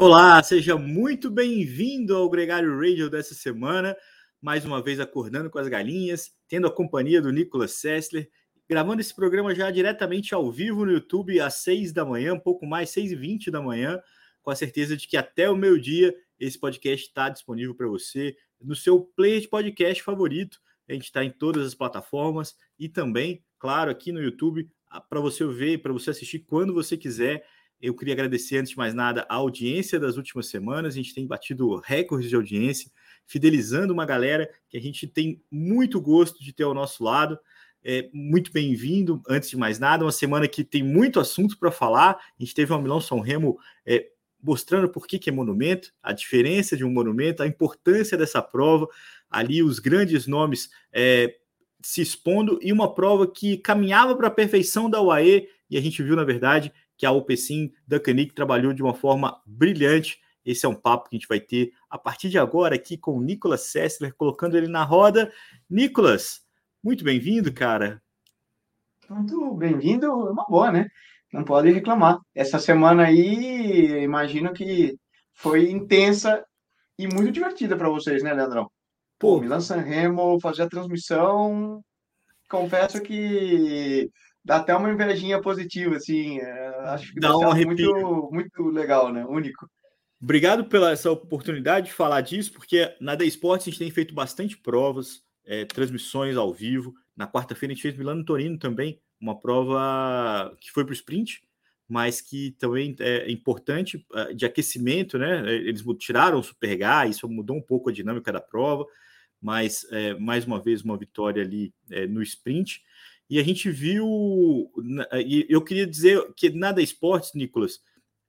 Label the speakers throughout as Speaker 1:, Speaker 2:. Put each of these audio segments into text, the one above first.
Speaker 1: Olá, seja muito bem-vindo ao Gregário Radio dessa semana, mais uma vez acordando com as galinhas, tendo a companhia do Nicolas Sessler, gravando esse programa já diretamente ao vivo no YouTube às 6 da manhã, um pouco mais, 6h20 da manhã, com a certeza de que até o meio-dia esse podcast está disponível para você no seu player de podcast favorito. A gente está em todas as plataformas e também, claro, aqui no YouTube, para você ver, para você assistir quando você quiser. Eu queria agradecer, antes de mais nada, a audiência das últimas semanas. A gente tem batido recordes de audiência, fidelizando uma galera que a gente tem muito gosto de ter ao nosso lado. Muito bem-vindo, antes de mais nada. Uma semana que tem muito assunto para falar. A gente teve uma Milão-São Remo mostrando por que é monumento, a diferença de um monumento, a importância dessa prova, ali os grandes nomes se expondo, e uma prova que caminhava para a perfeição da UAE, e a gente viu, na verdade, que a Alpecin Deceuninck trabalhou de uma forma brilhante. Esse é um papo que a gente vai ter a partir de agora aqui com o Nicolas Sessler, colocando ele na roda. Nicolas, muito bem-vindo, cara.
Speaker 2: Muito bem-vindo, uma boa, né? Não pode reclamar. Essa semana aí, imagino que foi intensa e muito divertida para vocês, né, Leandrão? Pô,
Speaker 1: Pô,
Speaker 2: Milan-San Remo, fazer a transmissão, confesso que dá até uma invejinha positiva, assim. Acho que
Speaker 1: dá
Speaker 2: deve ser
Speaker 1: um
Speaker 2: algo
Speaker 1: arrepio.
Speaker 2: muito, muito legal, né? Único.
Speaker 1: Obrigado pela essa oportunidade de falar disso, porque na The Sports a gente tem feito bastante provas, transmissões ao vivo. Na quarta-feira a gente fez Milano-Torino também, uma prova que foi para o sprint, mas que também é importante de aquecimento, né? Eles tiraram o Superga, isso mudou um pouco a dinâmica da prova, mas mais uma vez uma vitória ali no sprint. E a gente viu, e eu queria dizer que na The Sports, Nicolas,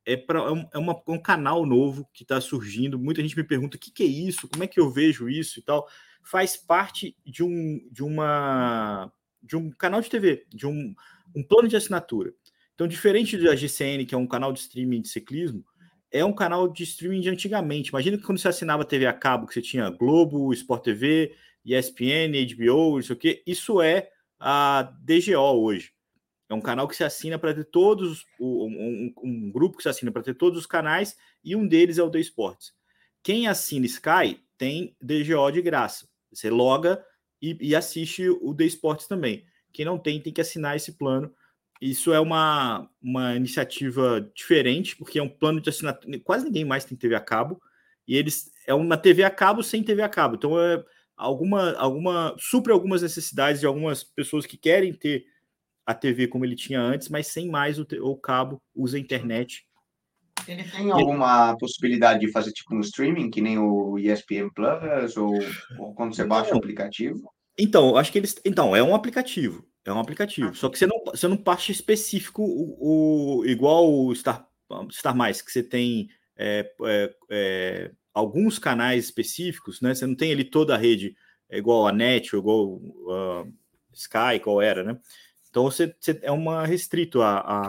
Speaker 1: um canal novo que está surgindo. Muita gente me pergunta o que é isso, como é que eu vejo isso e tal. Faz parte de um canal de TV, de um plano de assinatura. Então, diferente da GCN, que é um canal de streaming de ciclismo, é um canal de streaming de antigamente. Imagina que quando você assinava TV a cabo, que você tinha Globo, Sport TV, ESPN, HBO, isso aqui, isso é a DGO hoje. É um canal que se assina para ter todos, um grupo que se assina para ter todos os canais, e um deles é o The Sports. Quem assina Sky tem DGO de graça. Você loga e assiste o The Sports também. Quem não tem que assinar esse plano. Isso é uma iniciativa diferente, porque é um plano de assinatura. Quase ninguém mais tem TV a cabo. E eles é uma TV a cabo sem TV a cabo. Então, supre algumas necessidades de algumas pessoas que querem ter a TV como ele tinha antes, mas sem mais o cabo, usa a
Speaker 2: Sim.
Speaker 1: internet.
Speaker 2: Ele tem
Speaker 1: E,
Speaker 2: alguma possibilidade de fazer tipo um streaming, que nem o ESPN Plus, ou quando você baixa o
Speaker 1: não,
Speaker 2: aplicativo?
Speaker 1: então, acho que eles. Então, é um aplicativo. É um aplicativo. Só que você não baixa específico igual o Star Mais, que você tem alguns canais específicos, né? Você não tem ali toda a rede igual a NET, ou igual Sky, qual era, né? Então você é uma restrito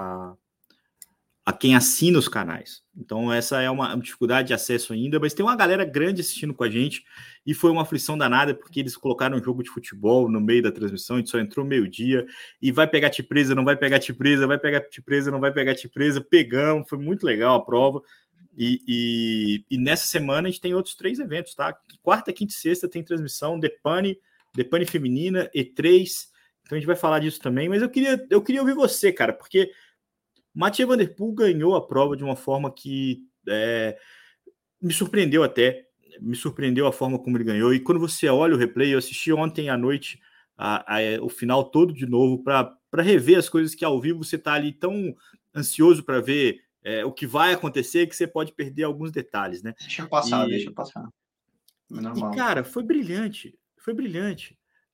Speaker 1: a quem assina os canais. Então, essa é uma dificuldade de acesso ainda, mas tem uma galera grande assistindo com a gente, e foi uma aflição danada, porque eles colocaram um jogo de futebol no meio da transmissão, a gente só entrou meio-dia, e vai pegar te presa, não vai pegar te presa, vai pegar te presa, não vai pegar te presa, pegamos, foi muito legal a prova, e nessa semana a gente tem outros 3 eventos, tá? Quarta, quinta e sexta tem transmissão, Depane feminina, E3, então a gente vai falar disso também, mas eu queria ouvir você, cara, porque Mathieu Van Der Poel ganhou a prova de uma forma que me surpreendeu até. Me surpreendeu a forma como ele ganhou. E quando você olha o replay, eu assisti ontem à noite o final todo de novo para rever as coisas que ao vivo você está ali tão ansioso para ver o que vai acontecer que você pode perder alguns detalhes, né?
Speaker 2: Deixa
Speaker 1: E,
Speaker 2: passar. É
Speaker 1: e
Speaker 2: normal.
Speaker 1: cara, foi brilhante. Foi brilhante.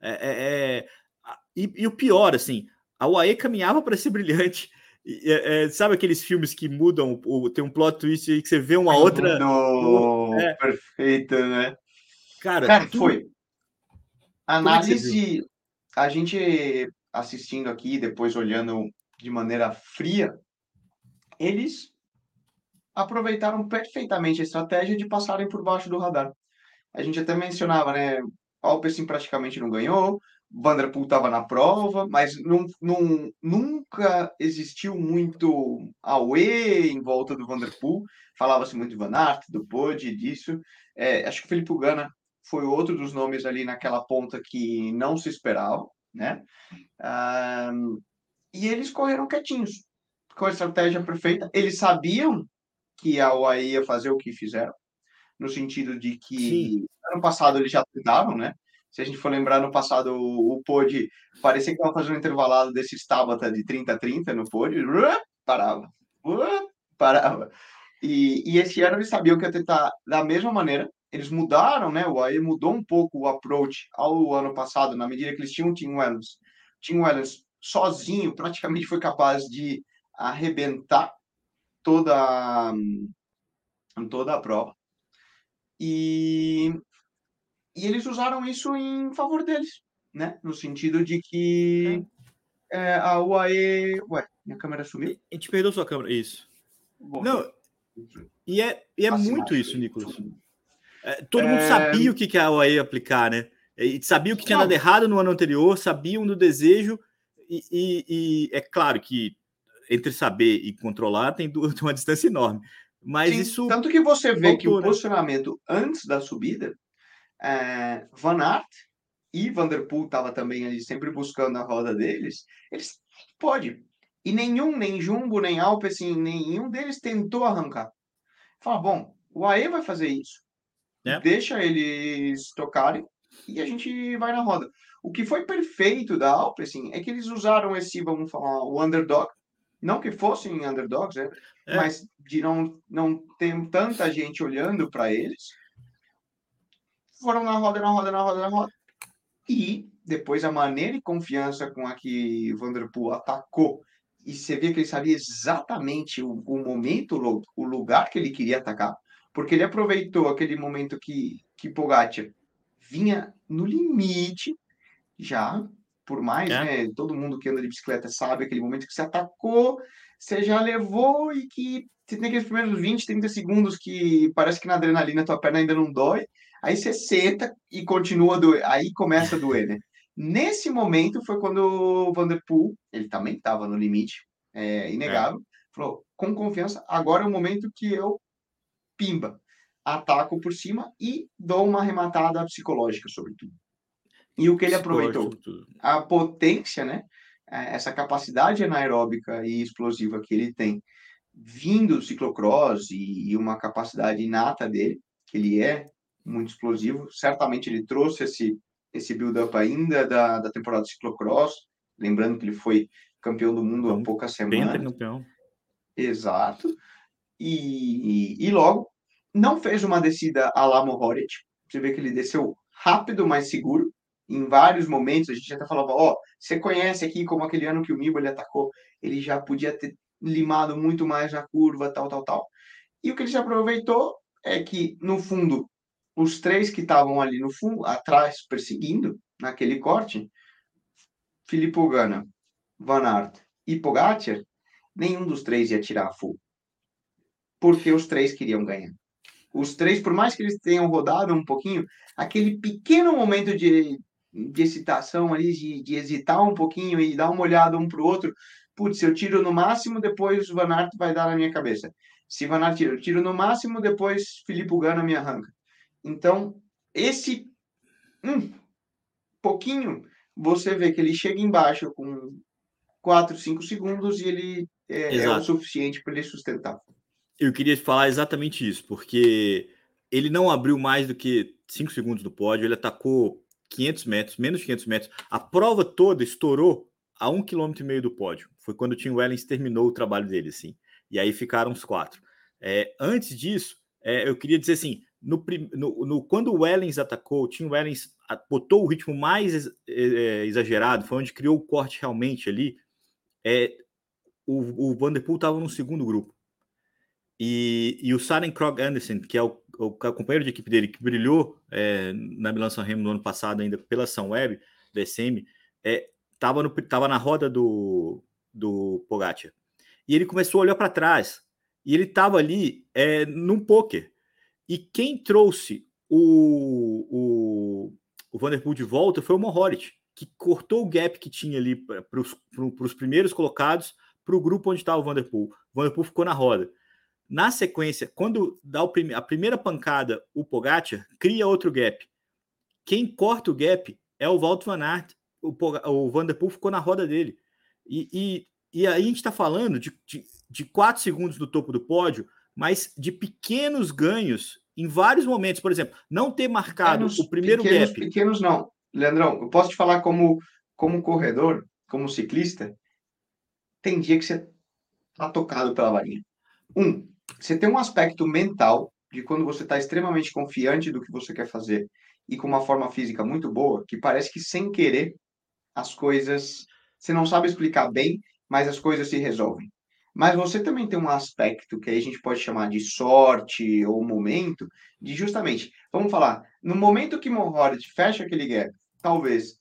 Speaker 1: E o pior, assim, a UAE caminhava para ser brilhante. Sabe aqueles filmes que mudam, tem um plot twist aí que você vê uma outra.
Speaker 2: Mundo
Speaker 1: É,
Speaker 2: perfeito, né?
Speaker 1: cara,
Speaker 2: Cara,
Speaker 1: tudo.
Speaker 2: foi.
Speaker 1: Como é que você viu?
Speaker 2: Análise, a gente assistindo aqui, depois olhando de maneira fria, eles aproveitaram perfeitamente a estratégia de passarem por baixo do radar. A gente até mencionava, né? Alpecin praticamente não ganhou, Van der Poel estava na prova, mas nunca existiu muito auê em volta do Van der Poel. Falava-se muito de Van Aert, do Pode, disso. Acho que o Filipe Ganna foi outro dos nomes ali naquela ponta que não se esperava, né? Ah, e eles correram quietinhos, com a estratégia perfeita. Eles sabiam que a UAE ia fazer o que fizeram, no sentido de
Speaker 1: Sim.
Speaker 2: que ano passado eles já tentaram, né? Se a gente for lembrar, no passado o Pod parecia que estava fazendo um intervalado desses Tabata de 30-30 no Pod, parava, parava. E esse ano eles sabiam que ia tentar da mesma maneira. Eles mudaram, né? O AE mudou um pouco o approach ao ano passado, na medida que eles tinham o Tim Wellens. Tim Wellens sozinho praticamente foi capaz de arrebentar toda, toda a prova. E eles usaram isso em favor deles, né? No sentido de que a UAE... Ué, minha câmera sumiu?
Speaker 1: A gente perdeu sua câmera, isso.
Speaker 2: Voltou.
Speaker 1: Não, e é muito isso,
Speaker 2: Cinemática.
Speaker 1: Nicolas. Todo mundo sabia o que a UAE ia aplicar, né? E sabia o que tinha dado errado no ano anterior, sabiam do desejo, e é claro que entre saber e controlar tem uma distância enorme. Mas
Speaker 2: Sim,
Speaker 1: isso
Speaker 2: tanto que você vê
Speaker 1: faltou,
Speaker 2: que o
Speaker 1: né?
Speaker 2: posicionamento antes da subida, Van Aert e Van der Poel estava também ali sempre buscando a roda deles, eles pode. E nem Jumbo, nem Alpecin, nenhum deles tentou arrancar. Fala, bom, o AE vai fazer isso.
Speaker 1: É.
Speaker 2: Deixa eles tocarem e a gente vai na roda. O que foi perfeito da Alpecin é que eles usaram esse, vamos falar, o underdog. Não que fossem underdogs, né? Mas de não ter tanta gente olhando para eles. Foram na roda, na roda, na roda, na roda. E depois a maneira e confiança com a que Van der Poel atacou, e você vê que ele sabia exatamente o momento, o lugar que ele queria atacar, porque ele aproveitou aquele momento que Pogacar vinha no limite, já, por mais, né, todo mundo que anda de bicicleta sabe aquele momento que você atacou, você já levou e que você tem aqueles primeiros 20, 30 segundos que parece que na adrenalina tua perna ainda não dói, aí você senta e continua a doer, aí começa a doer, né? Nesse momento foi quando o Van der Poel, ele também estava no limite, inegável, falou, com confiança, agora é o momento que eu, pimba, ataco por cima e dou uma arrematada psicológica, sobretudo. E o que ele aproveitou? A potência, né? Essa capacidade anaeróbica e explosiva que ele tem vindo do ciclocross e uma capacidade inata dele, que ele é muito explosivo. Certamente ele trouxe esse build-up ainda da temporada do ciclocross, lembrando que ele foi campeão do mundo há poucas semanas.
Speaker 1: Pentacampeão.
Speaker 2: Exato. E logo, não fez uma descida à la Mohoric. Você vê que ele desceu rápido, mas seguro. Em vários momentos, a gente até falava, você conhece aqui como aquele ano que o Nibali atacou, ele já podia ter limado muito mais a curva, tal, tal, tal. E o que ele se aproveitou é que, no fundo, os três que estavam ali no fundo, atrás, perseguindo, naquele corte, Filippo Ganna, Van Aert e Pogacar, nenhum dos três ia tirar a full. Porque os três queriam ganhar. Os três, por mais que eles tenham rodado um pouquinho, aquele pequeno momento de excitação ali, de hesitar um pouquinho e dar uma olhada um para o outro, putz, se eu tiro no máximo, depois o Van Aert vai dar na minha cabeça. Se Van Aert eu tiro no máximo, depois Filippo Ganna me arranca. Então, esse pouquinho, você vê que ele chega embaixo com 4, 5 segundos e ele é o suficiente para ele sustentar.
Speaker 1: Eu queria falar exatamente isso, porque ele não abriu mais do que 5 segundos no pódio, ele atacou 500 metros, menos de 500 metros. A prova toda estourou a 1,5 km do pódio. Foi quando o Tim Wellens terminou o trabalho dele, assim. E aí ficaram os 4. Antes disso, eu queria dizer assim, quando o Wellens atacou, o Tim Wellens botou o ritmo mais exagerado, foi onde criou o corte realmente ali. O Van der Poel estava no segundo grupo. E o Søren Krogh Andersen, que é o companheiro de equipe dele, que brilhou na Milan-San Remo no ano passado, ainda pela Sunweb, da SM, estava na roda do Pogacar. E ele começou a olhar para trás. E ele estava ali num poker. E quem trouxe o Van der Poel de volta foi o Mohoric. que cortou o gap que tinha ali para os primeiros colocados para o grupo onde estava o Van der Poel. O Van der Poel ficou na roda. Na sequência, quando dá a primeira pancada, o Pogacar cria outro gap. Quem corta o gap é o Wout van Aert. O Van der Poel ficou na roda dele. E aí a gente está falando de 4 segundos no topo do pódio, mas de pequenos ganhos em vários momentos. Por exemplo, não ter marcado o primeiro gap.
Speaker 2: Pequenos não. Leandrão, eu posso te falar como corredor, como ciclista, tem dia que você tá tocado pela varinha. Você tem um aspecto mental de quando você está extremamente confiante do que você quer fazer e com uma forma física muito boa, que parece que sem querer as coisas, você não sabe explicar bem, mas as coisas se resolvem. Mas você também tem um aspecto que aí a gente pode chamar de sorte ou momento, de justamente, vamos falar, no momento que Mohoric fecha aquele gap, talvez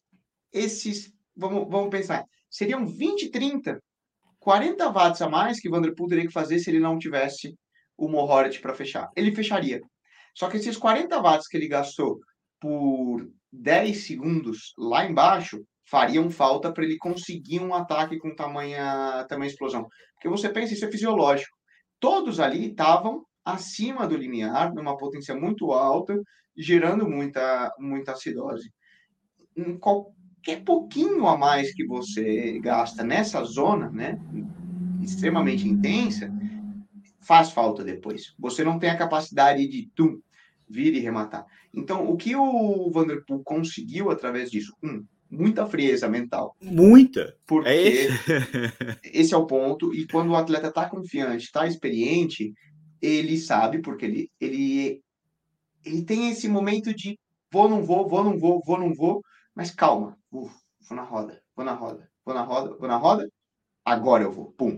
Speaker 2: vamos pensar, seriam 20, 30, 40 watts a mais que o Van der Poel teria que fazer se ele não tivesse o Mohoric para fechar. Ele fecharia. Só que esses 40 watts que ele gastou por 10 segundos lá embaixo fariam falta para ele conseguir um ataque com tamanha explosão. Porque você pensa, isso é fisiológico. Todos ali estavam acima do limiar, numa potência muito alta, gerando muita acidose. Qualquer pouquinho a mais que você gasta nessa zona, né, extremamente intensa, faz falta depois. Você não tem a capacidade de vir e rematar. Então, o que o Van der Poel conseguiu através disso? Muita frieza mental.
Speaker 1: Muita.
Speaker 2: Porque esse é o ponto. E quando o atleta está confiante, está experiente, ele sabe, porque ele tem esse momento de vou, não vou, vou, não vou, vou, não vou, mas calma. Vou na roda, vou na roda, vou na roda, vou na roda, agora eu vou. Pum.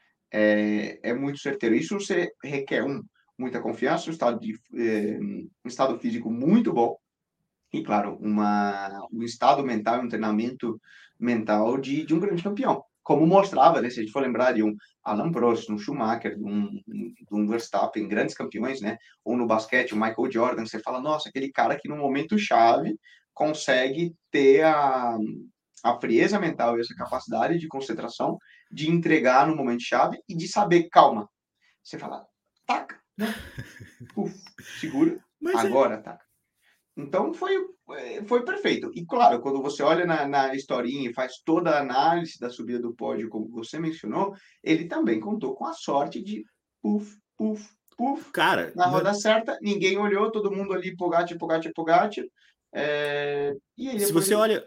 Speaker 2: É muito certeiro. Isso você requer, muita confiança, um estado físico muito bom e, claro, um estado mental, um treinamento mental de um grande campeão. Como mostrava, né, se a gente for lembrar de um Alain Prost, um Schumacher, de um Verstappen, grandes campeões, né? Ou no basquete, o Michael Jordan, você fala, nossa, aquele cara que no momento chave consegue ter a frieza mental e essa capacidade de concentração de entregar no momento chave e de saber, calma. Você fala, taca, né? Segura, agora taca. Então foi perfeito. E claro, quando você olha na historinha e faz toda a análise da subida do pódio, como você mencionou, ele também contou com a sorte de
Speaker 1: cara,
Speaker 2: na roda certa, ninguém olhou, todo mundo ali, Pogacar. E aí
Speaker 1: se você olha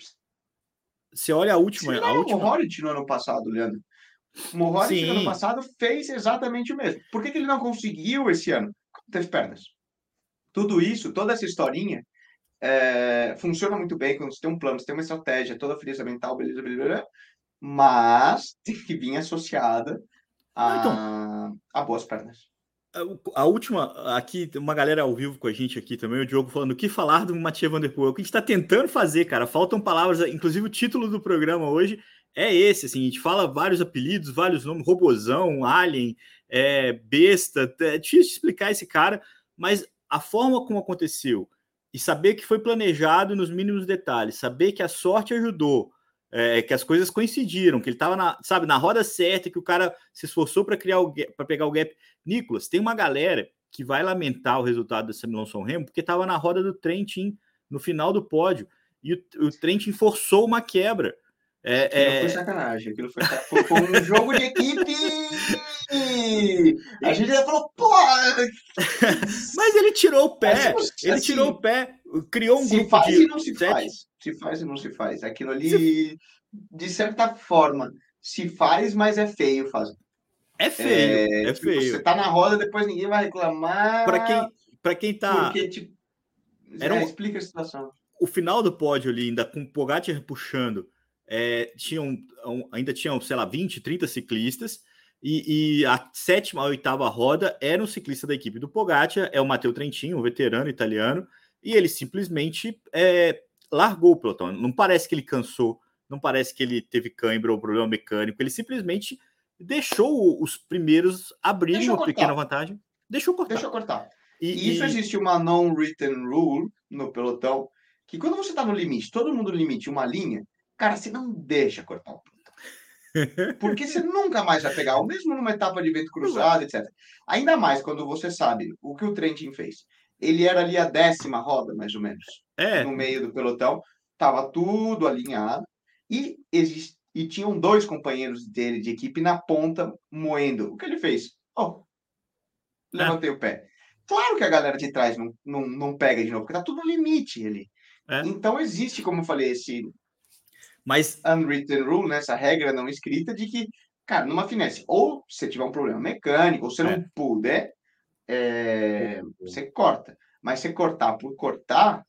Speaker 1: a última...
Speaker 2: O Mohoric no ano passado, Leandro. O Mohoric no ano passado fez exatamente o mesmo. Por que ele não conseguiu esse ano? Teve pernas. Tudo isso, toda essa historinha, funciona muito bem quando você tem um plano, você tem uma estratégia, toda a frieza mental, beleza, mas tem que vir associada a boas pernas.
Speaker 1: A última, aqui, uma galera ao vivo com a gente aqui também, o Diogo falando o que falar do Mathieu Van der Poel. O que a gente está tentando fazer, cara, faltam palavras, inclusive o título do programa hoje é esse, assim, a gente fala vários apelidos, vários nomes, robozão, alien, besta, é difícil de explicar esse cara, mas a forma como aconteceu e saber que foi planejado nos mínimos detalhes, saber que a sorte ajudou, que as coisas coincidiram, que ele estava na roda certa, que o cara se esforçou para pegar o gap. Nicolas, tem uma galera que vai lamentar o resultado dessa Milão-San Remo porque estava na roda do Trentin no final do pódio e o Trentin forçou uma quebra.
Speaker 2: Aquilo foi sacanagem, foi um jogo de equipe. A gente já falou, pô.
Speaker 1: Mas ele tirou o pé, criou um grupo de... Se
Speaker 2: faz e não se faz. Se faz e não se faz. Aquilo ali, de certa forma, se faz, mas é feio fazer.
Speaker 1: É feio.
Speaker 2: Você tá na roda, depois ninguém vai reclamar.
Speaker 1: Para quem tá...
Speaker 2: Porque, tipo, explica a situação.
Speaker 1: O final do pódio ali, ainda com o Pogacar puxando, ainda tinham, sei lá, 20, 30 ciclistas, e a 7ª, a 8ª roda era um ciclista da equipe do Pogacar, é o Matteo Trentin, um veterano italiano, e ele simplesmente largou o pelotão. Não parece que ele cansou, não parece que ele teve cãibra ou problema mecânico, ele simplesmente deixou os primeiros abrirem uma pequena vantagem. Deixou cortar.
Speaker 2: E isso existe uma non-written rule no pelotão, que quando você tá no limite, todo mundo no limite, uma linha, cara, você não deixa cortar o pelotão. Porque você nunca mais vai pegar, ou mesmo numa etapa de vento
Speaker 1: Não vai.
Speaker 2: cruzado, etc. Ainda mais quando você sabe o que o Trentin fez. Ele era ali a 10ª roda, mais ou menos,
Speaker 1: É,
Speaker 2: no meio do pelotão, estava tudo alinhado, e tinham 2 companheiros dele de equipe na ponta moendo. O que ele fez? Oh,
Speaker 1: é,
Speaker 2: levantei o pé. Claro que a galera de trás não pega de novo, porque tá tudo no limite ali.
Speaker 1: é.
Speaker 2: Então existe, como eu falei, esse
Speaker 1: Mas,
Speaker 2: unwritten rule, né, essa regra não escrita de que, cara, numa finesse, ou você tiver um problema mecânico, ou você
Speaker 1: é,
Speaker 2: não puder,
Speaker 1: o- o-
Speaker 2: você corta. Mas você cortar por cortar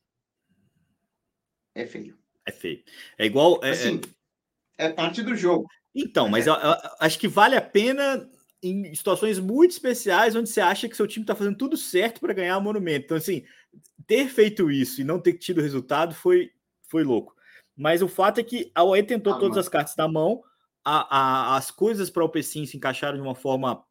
Speaker 2: é feio.
Speaker 1: é feio. É igual.
Speaker 2: Assim, é parte do jogo,
Speaker 1: Então,
Speaker 2: mas
Speaker 1: mas
Speaker 2: é feio.
Speaker 1: eu acho que vale a pena em situações muito especiais onde você acha que seu time está fazendo tudo certo para ganhar o Monumento. Então, assim, ter feito isso e não ter tido resultado foi louco. Mas o fato é que a UE tentou
Speaker 2: Ah,
Speaker 1: todas
Speaker 2: mano.
Speaker 1: as cartas na mão, as coisas para o Pecim se encaixaram de uma forma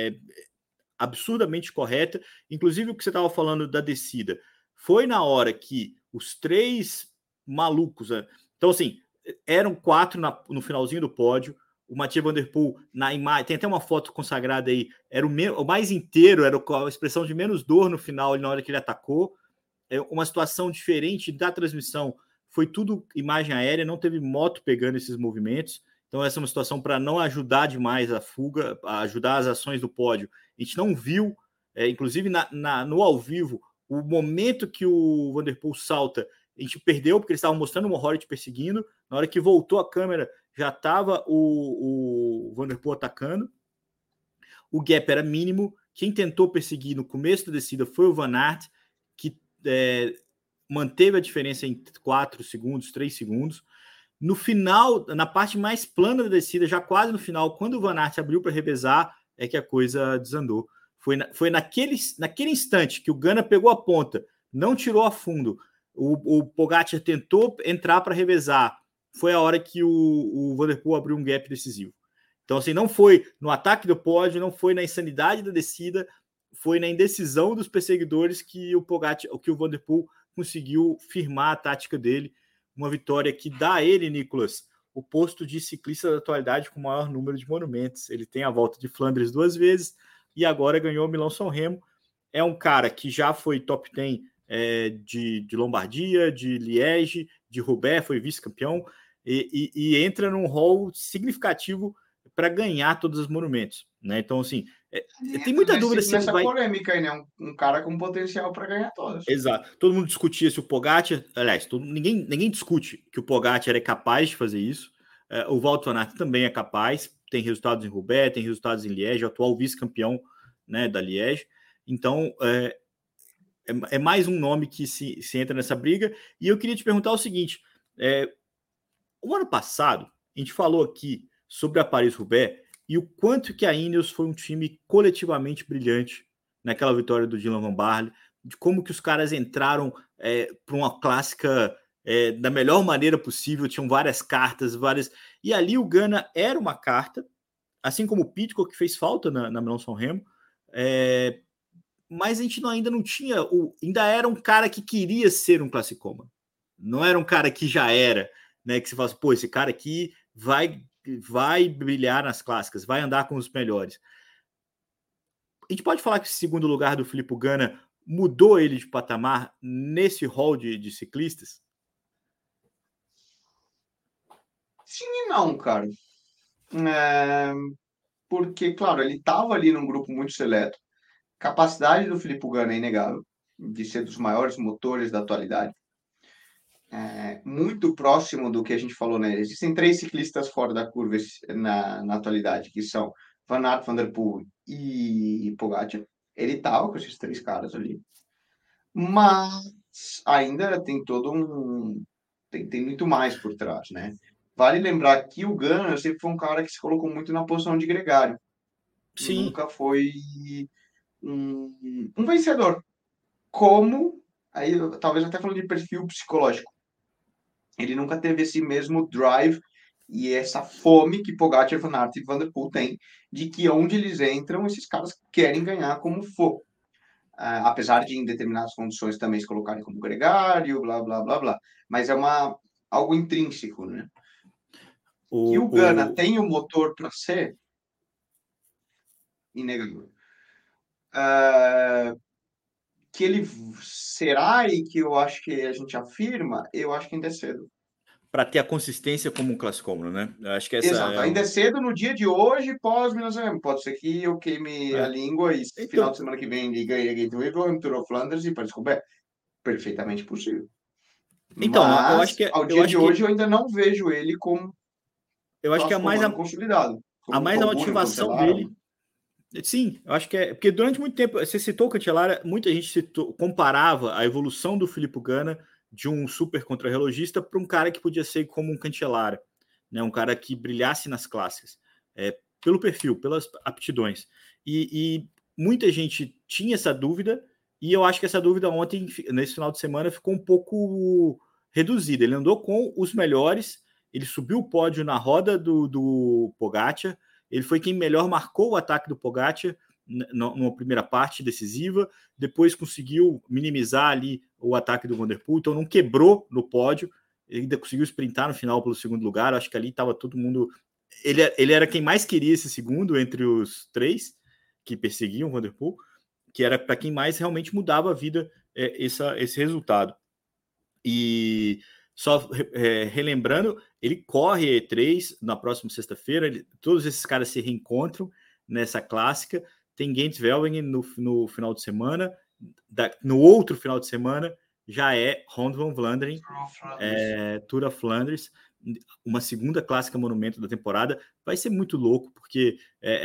Speaker 1: absurdamente correta. Inclusive, o que você estava falando da descida foi na hora que os 3 malucos. Então, assim, eram 4 no finalzinho do pódio. O Mathieu Van Der Poel, na imagem, tem até uma foto consagrada aí, era o mais inteiro, era a expressão de menos dor no final, na hora que ele atacou. É uma situação diferente da transmissão. Foi tudo imagem aérea, não teve moto pegando esses movimentos. Então, essa é uma situação para não ajudar demais a fuga, a ajudar as ações do pódio. A gente não viu, inclusive no ao vivo, o momento que o Vanderpool salta, a gente perdeu, porque eles estavam mostrando o Mohoric perseguindo. Na hora que voltou a câmera, já estava o Vanderpool atacando. O gap era mínimo. Quem tentou perseguir no começo da descida foi o Van Aert, que manteve a diferença em 4 segundos, 3 segundos. No final, na parte mais plana da descida, já quase no final, quando o Van Aert abriu para revezar, é que a coisa desandou. Foi naquele instante que o Ganna pegou a ponta, não tirou a fundo, o Pogacar tentou entrar para revezar, foi a hora que o Van der Poel abriu um gap decisivo. Então, assim, não foi no ataque do pódio, não foi na insanidade da descida, foi na indecisão dos perseguidores que o Pogacar, que o Van der Poel conseguiu firmar a tática dele. Uma vitória que dá a ele, Nicolas, o posto de ciclista da atualidade com o maior número de monumentos. Ele tem a volta de Flandres 2 vezes e agora ganhou Milão-São Remo. É um cara que já foi top 10 de Lombardia, de Liège, de Roubaix, foi vice-campeão e entra num rol significativo para ganhar todos os monumentos. Né? Então, assim, tem muita dúvida se ele
Speaker 2: Nessa
Speaker 1: vai.
Speaker 2: polêmica aí, né? Um cara com potencial para ganhar todas.
Speaker 1: Exato. Todo mundo discutia se o Pogacar, aliás, ninguém discute que o Pogacar é capaz de fazer isso. O Wout van Aert também é capaz, tem resultados em Roubaix, tem resultados em Liège, atual vice-campeão, né, da Liège. Então, é mais um nome que se entra nessa briga. E eu queria te perguntar o seguinte: o ano passado, a gente falou aqui sobre a Paris-Roubaix e o quanto que a Ineos foi um time coletivamente brilhante naquela vitória do Dylan Van Baarle, de como que os caras entraram para uma clássica da melhor maneira possível, tinham várias cartas, e ali o Ganna era uma carta, assim como o Pidcock, que fez falta na Milão-São Remo, mas a gente ainda não tinha, ainda era um cara que queria ser um classicoma, não era um cara que já era, né, que você fala assim, pô, esse cara aqui vai brilhar nas clássicas, vai andar com os melhores. A gente pode falar que esse segundo lugar do Filippo Ganna mudou ele de patamar nesse hall de ciclistas?
Speaker 2: Sim e não, cara. Porque, claro, ele estava ali num grupo muito seleto. Capacidade do Filippo Ganna é inegável, de ser dos maiores motores da atualidade. Muito próximo do que a gente falou, né? Existem 3 ciclistas fora da curva na atualidade, que são Van Aert, Van der Poel e Pogacar. Ele estava com esses 3 caras ali. Mas ainda tem todo um... Tem muito mais por trás, né? Vale lembrar que o Ganna sempre foi um cara que se colocou muito na posição de gregário.
Speaker 1: Sim,
Speaker 2: Nunca foi um vencedor. Como, aí talvez até falando de perfil psicológico, ele nunca teve esse mesmo drive e essa fome que Pogacar, Van Aert e Van der Poel têm, de que onde eles entram, esses caras querem ganhar como for. apesar de em determinadas condições também se colocarem como gregário, blá, blá, blá, blá. Mas é algo intrínseco, né? Que o Gana tem o motor para ser inegável. Que ele será e que eu acho que a gente afirma, eu acho que ainda é cedo.
Speaker 1: Para ter a consistência como um classicômono, né? Eu acho que essa
Speaker 2: Exato, ainda é cedo no dia de hoje, pós-1900. Pode ser que eu queime a língua e final de semana que vem ele ganhe a Gateway, Tour of Flanders e Paris-Roubaix. Perfeitamente possível.
Speaker 1: Então, eu acho
Speaker 2: Mas,
Speaker 1: que
Speaker 2: ao dia de hoje, eu ainda não vejo ele como
Speaker 1: eu acho que
Speaker 2: classicomano consolidado.
Speaker 1: a
Speaker 2: Como
Speaker 1: mais a
Speaker 2: Colbún,
Speaker 1: motivação
Speaker 2: Cancellara.
Speaker 1: dele. Sim, eu acho que é. Porque durante muito tempo, você citou o Cancellara, muita gente comparava a evolução do Filippo Ganna de um super contrarrelogista para um cara que podia ser como um Cancellara, né? Um cara que brilhasse nas clássicas, pelo perfil, pelas aptidões. E muita gente tinha essa dúvida, e eu acho que essa dúvida ontem, nesse final de semana, ficou um pouco reduzida. Ele andou com os melhores, ele subiu o pódio na roda do Pogacar. Ele foi quem melhor marcou o ataque do Pogacar numa primeira parte decisiva, depois conseguiu minimizar ali o ataque do Van der Poel, então não quebrou no pódio, ele ainda conseguiu sprintar no final pelo segundo lugar, acho que ali estava todo mundo... Ele era quem mais queria esse segundo entre os três que perseguiam o Van der Poel, que era para quem mais realmente mudava a vida esse resultado. E só relembrando, ele corre E3 na próxima sexta-feira, todos esses caras se reencontram nessa clássica, tem Gent-Wevelgem no final de semana, no outro final de semana já é Ronde van Vlaanderen, Tour of Flanders, uma segunda clássica monumento da temporada, vai ser muito louco, porque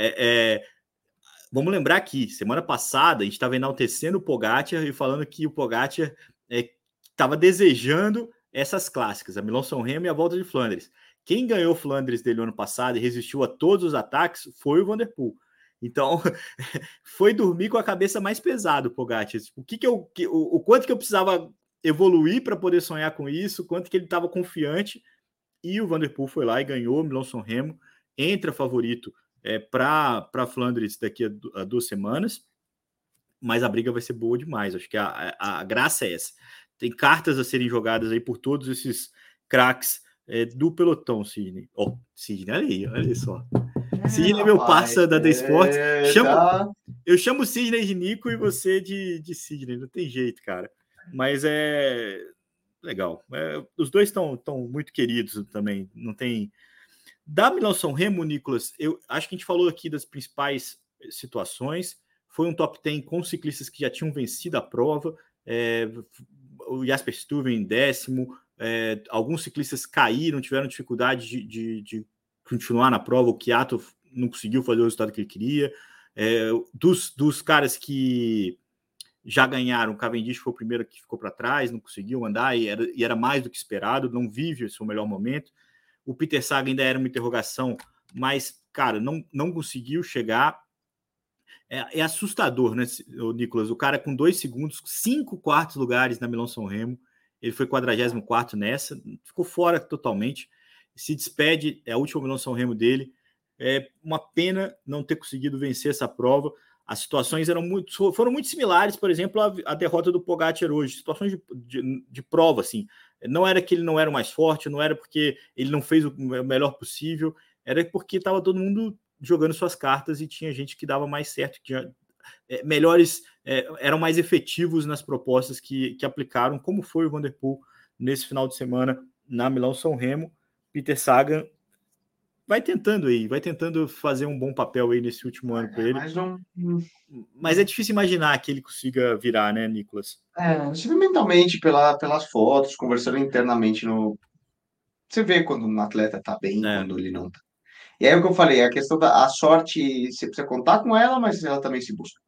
Speaker 1: vamos lembrar aqui, semana passada a gente estava enaltecendo o Pogacar e falando que o Pogacar estava desejando essas clássicas, a Milão-São Remo e a Volta de Flandres. Quem ganhou Flandres dele ano passado e resistiu a todos os ataques foi o Van der Poel. Então, foi dormir com a cabeça mais pesada o Pogacar. O quanto que eu precisava evoluir para poder sonhar com isso, quanto que ele estava confiante, e o Van der Poel foi lá e ganhou Milão-São Remo, entra favorito para Flandres daqui a 2 semanas, mas a briga vai ser boa demais. Acho que a graça é essa. Tem cartas a serem jogadas aí por todos esses craques do pelotão, Sidney. Sidney, olha só. Sidney é meu parça da The Sports. Eu chamo o Sidney de Nico e você de Sidney, não tem jeito, cara. Mas é legal. Os dois estão muito queridos também, não tem... Da Milão-São Remo, Nicolas, eu acho que a gente falou aqui das principais situações. Foi um top 10 com ciclistas que já tinham vencido a prova. O Jasper Stuyven em 10º. Alguns ciclistas caíram, tiveram dificuldade de continuar na prova. O Chiato não conseguiu fazer o resultado que ele queria. Dos caras que já ganharam, o Cavendish foi o primeiro que ficou para trás, não conseguiu andar e era mais do que esperado, não vive o seu melhor momento. O Peter Sagan ainda era uma interrogação, mas, cara, não conseguiu chegar. É assustador, né, Nicolas? O cara com 2 segundos, 5 quartos lugares na Milão-São Remo, ele foi 44º nessa, ficou fora totalmente, se despede, é a última Milão-São Remo dele. É uma pena não ter conseguido vencer essa prova. As situações foram muito similares, por exemplo, à derrota do Pogacar hoje, situações de prova, assim. Não era que ele não era o mais forte, não era porque ele não fez o melhor possível, era porque estava todo mundo jogando suas cartas e tinha gente que dava mais certo, que melhores, eram mais efetivos nas propostas que aplicaram, como foi o Van der Poel nesse final de semana na Milão-São Remo. Peter Sagan vai tentando fazer um bom papel aí nesse último ano para ele. Mas é difícil imaginar que ele consiga virar, né, Nicolas?
Speaker 2: Mentalmente, pelas fotos, conversando internamente Você vê quando um atleta tá bem, quando ele não tá. E aí o que eu falei, a questão da sorte, você precisa contar com ela, mas ela também se busca.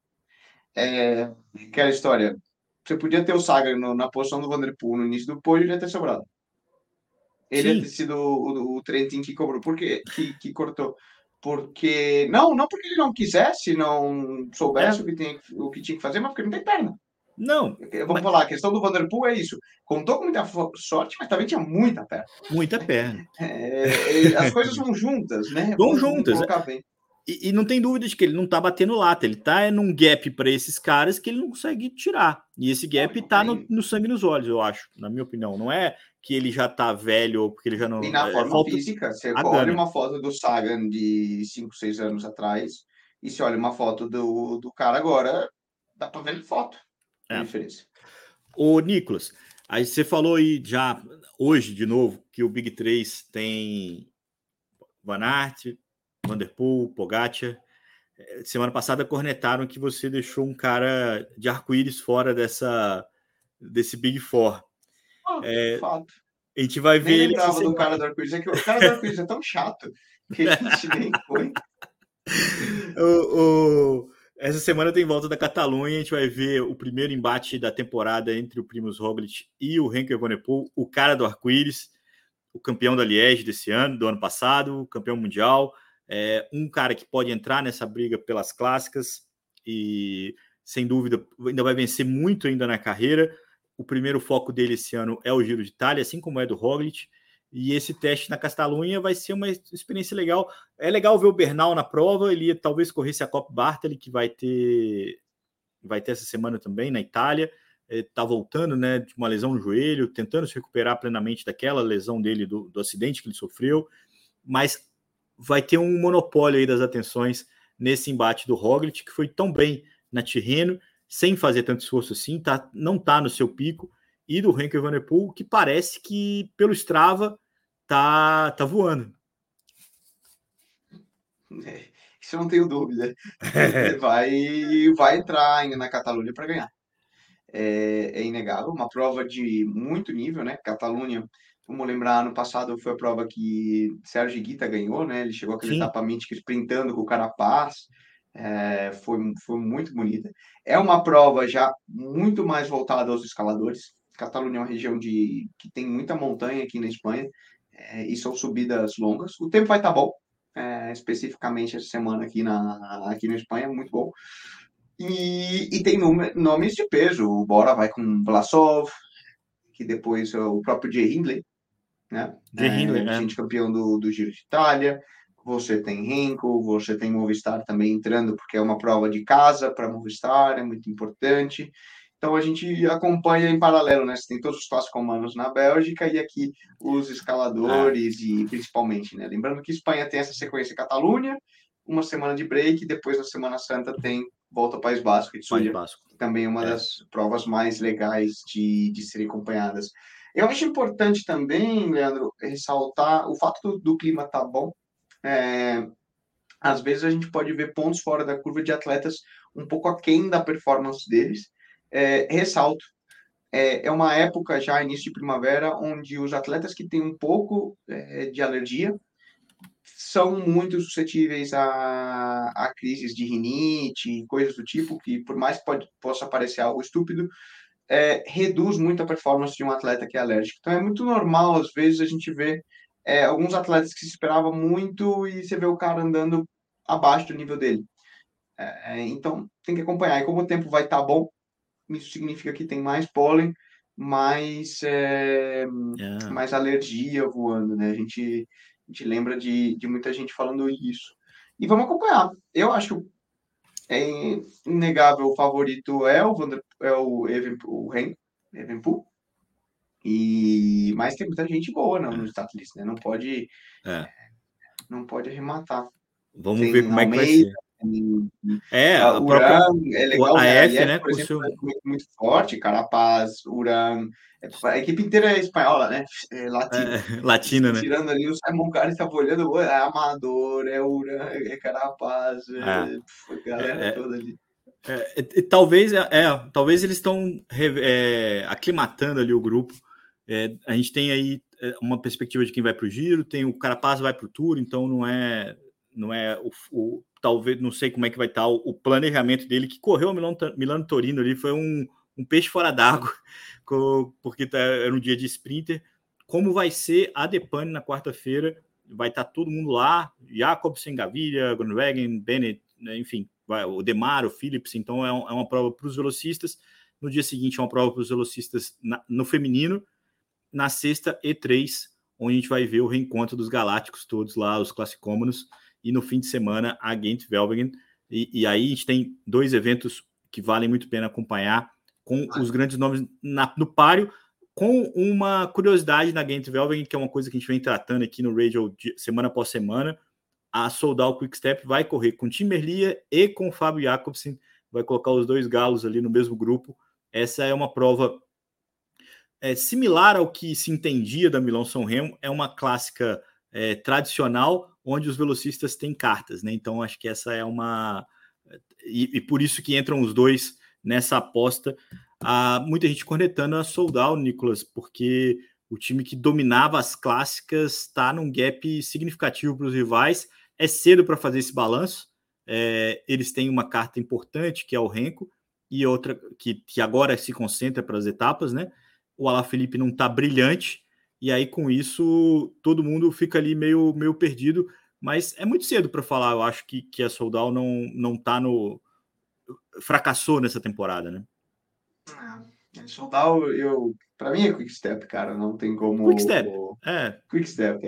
Speaker 2: Aquela história, você podia ter o Sagan na posição do Van der Poel no início do pódio, ele ia ter sobrado. Ele ia ter sido o Trentin que cobrou. Por quê? Que cortou. Porque. Não porque ele não quisesse, não soubesse o que tinha que fazer, mas porque não tem perna.
Speaker 1: Não.
Speaker 2: Vamos falar, a questão do Van der Poel é isso. Contou com muita sorte, mas também tinha muita perna.
Speaker 1: Muita perna.
Speaker 2: As coisas vão juntas, né?
Speaker 1: Vão juntas.
Speaker 2: Vamos colocar bem.
Speaker 1: E não tem dúvida de que ele não tá batendo lata, ele tá num gap para esses caras que ele não consegue tirar. E esse gap tá no sangue nos olhos, eu acho, na minha opinião. Não é que ele já tá velho ou porque ele já
Speaker 2: E
Speaker 1: não.
Speaker 2: na forma
Speaker 1: Falta
Speaker 2: física, você
Speaker 1: a
Speaker 2: olha
Speaker 1: gana.
Speaker 2: uma foto do Sagan de 5, 6 anos atrás e você olha uma foto do cara agora, dá pra ver foto a
Speaker 1: É.
Speaker 2: diferença.
Speaker 1: Ô, Nicolas, aí você falou aí já hoje de novo que o Big 3 tem Van Aert, Van der Poel, Pogacar. Semana passada cornetaram que você deixou um cara de arco-íris fora desse Big Four.
Speaker 2: Fato.
Speaker 1: A gente vai
Speaker 2: Nem
Speaker 1: ver ele essa
Speaker 2: lembrava do
Speaker 1: semana.
Speaker 2: cara do arco-íris. É que o cara do arco-íris é tão chato que a gente nem põe.
Speaker 1: Essa semana tem volta da Catalunha, a gente vai ver o primeiro embate da temporada entre o Primož Roglic e o Remco Evenepoel, o cara do arco-íris, o campeão da Liège desse ano, do ano passado, campeão mundial, um cara que pode entrar nessa briga pelas clássicas e, sem dúvida, ainda vai vencer muito ainda na carreira. O primeiro foco dele esse ano é o Giro de Itália, assim como é do Roglic, e esse teste na Catalunha vai ser uma experiência legal. É legal ver o Bernal na prova, ele ia talvez corresse a Copa Bartali, que vai ter essa semana também na Itália. Está voltando, né, de uma lesão no joelho, tentando se recuperar plenamente daquela lesão dele, do acidente que ele sofreu, mas vai ter um monopólio aí das atenções nesse embate do Roglic, que foi tão bem na Tirreno, sem fazer tanto esforço assim, não está no seu pico, e do Remco Evenepoel, que parece que, pelo Strava, tá voando.
Speaker 2: Isso eu não tenho dúvida. Vai entrar ainda na Catalunha para ganhar. É inegável, uma prova de muito nível, né? Catalunha, vamos lembrar, ano passado foi a prova que Sergio Higuita ganhou, né? Ele chegou aquele etapa mítica sprintando com o Carapaz, foi muito bonita. É uma prova já muito mais voltada aos escaladores. Catalunha é uma região que tem muita montanha aqui na Espanha, e são subidas longas. O tempo vai estar bom, especificamente essa semana aqui na Espanha, muito bom. E tem nomes de peso. O Bora vai com Vlasov, que depois é o próprio Jay Hindley, né?
Speaker 1: Jay Hindley,
Speaker 2: Gente campeão do Giro de Itália. Você tem Renko, você tem Movistar também entrando, porque é uma prova de casa para Movistar, é muito importante. Então a gente acompanha em paralelo, né? Você tem todos os clássicos romanos na Bélgica e aqui os escaladores e principalmente, né? Lembrando que Espanha tem essa sequência Catalunha, uma semana de break, e depois na Semana Santa tem volta ao País Basco e
Speaker 1: País
Speaker 2: Zulia,
Speaker 1: Basco.
Speaker 2: que também é uma das provas mais legais de serem acompanhadas. Eu acho importante também, Leandro, ressaltar o fato do clima estar bom. Às vezes a gente pode ver pontos fora da curva de atletas um pouco aquém da performance deles. Ressalto, é uma época já, início de primavera, onde os atletas que têm um pouco de alergia são muito suscetíveis a crises de rinite, coisas do tipo, que por mais que possa parecer algo estúpido, reduz muito a performance de um atleta que é alérgico. Então é muito normal, às vezes, a gente ver alguns atletas que se esperava muito e você vê o cara andando abaixo do nível dele. Então tem que acompanhar. E como o tempo vai estar bom, isso significa que tem mais pólen, mais alergia voando, né? A gente lembra de muita gente falando isso. E vamos acompanhar. Eu acho que é inegável o favorito o Evenepoel. Mas tem muita gente boa no Statlist, né? Não pode arrematar.
Speaker 1: Vamos ver
Speaker 2: Tem
Speaker 1: como é que vai
Speaker 2: Almeida,
Speaker 1: ser.
Speaker 2: tem
Speaker 1: A própria
Speaker 2: Uran, é legal,
Speaker 1: a
Speaker 2: né? A
Speaker 1: F,
Speaker 2: IF,
Speaker 1: né,
Speaker 2: por
Speaker 1: com o
Speaker 2: exemplo,
Speaker 1: seu
Speaker 2: é muito forte. Carapaz, Uran. A equipe inteira é espanhola, né? É latina.
Speaker 1: latina, né?
Speaker 2: Tirando ali o Simon Cara estava olhando, é Amador, é Uran, é Carapaz, a galera toda ali.
Speaker 1: Talvez eles estão aclimatando ali o grupo. A gente tem aí uma perspectiva de quem vai para o Giro, tem o Carapaz vai para o Tour, então não é talvez, não sei como é que vai estar o planejamento dele, que correu o Milano Torino ali, foi um peixe fora d'água, porque era um dia de sprinter. Como vai ser a Depane na quarta-feira? Vai estar todo mundo lá, Jacobsen, Gaviria, Groenewegen, Bennett, né, enfim, o Demar, o Phillips, então é uma prova para os velocistas. No dia seguinte é uma prova para os velocistas no feminino. Na sexta, E3, onde a gente vai ver o reencontro dos galácticos todos lá, os classicômanos, e no fim de semana a Gent-Wevelgem, e aí a gente tem 2 eventos que valem muito a pena acompanhar, com os grandes nomes no páreo, com uma curiosidade na Gent-Wevelgem, que é uma coisa que a gente vem tratando aqui no Radio semana após semana. A Soudal Quick-Step vai correr com Tim Merlier e com o Fábio Jacobsen, vai colocar os 2 galos ali no mesmo grupo. Essa é uma prova similar ao que se entendia da Milão-São Remo, é uma clássica tradicional, onde os velocistas têm cartas, né? Então acho que essa é uma... E por isso que entram os 2 nessa aposta. Muita gente cornetando a Soudal, Nicolas, porque o time que dominava as clássicas está num gap significativo para os rivais. É cedo para fazer esse balanço. Eles têm uma carta importante, que é o Renko, e outra que agora se concentra para as etapas, né? O Alaphilippe não está brilhante, e aí com isso todo mundo fica ali meio perdido, mas é muito cedo para falar. Eu acho que a Soudal não tá fracassou nessa temporada, né?
Speaker 2: Soudal, para mim é Quick Step, cara, não tem como.
Speaker 1: Quick Step,
Speaker 2: Quick Step,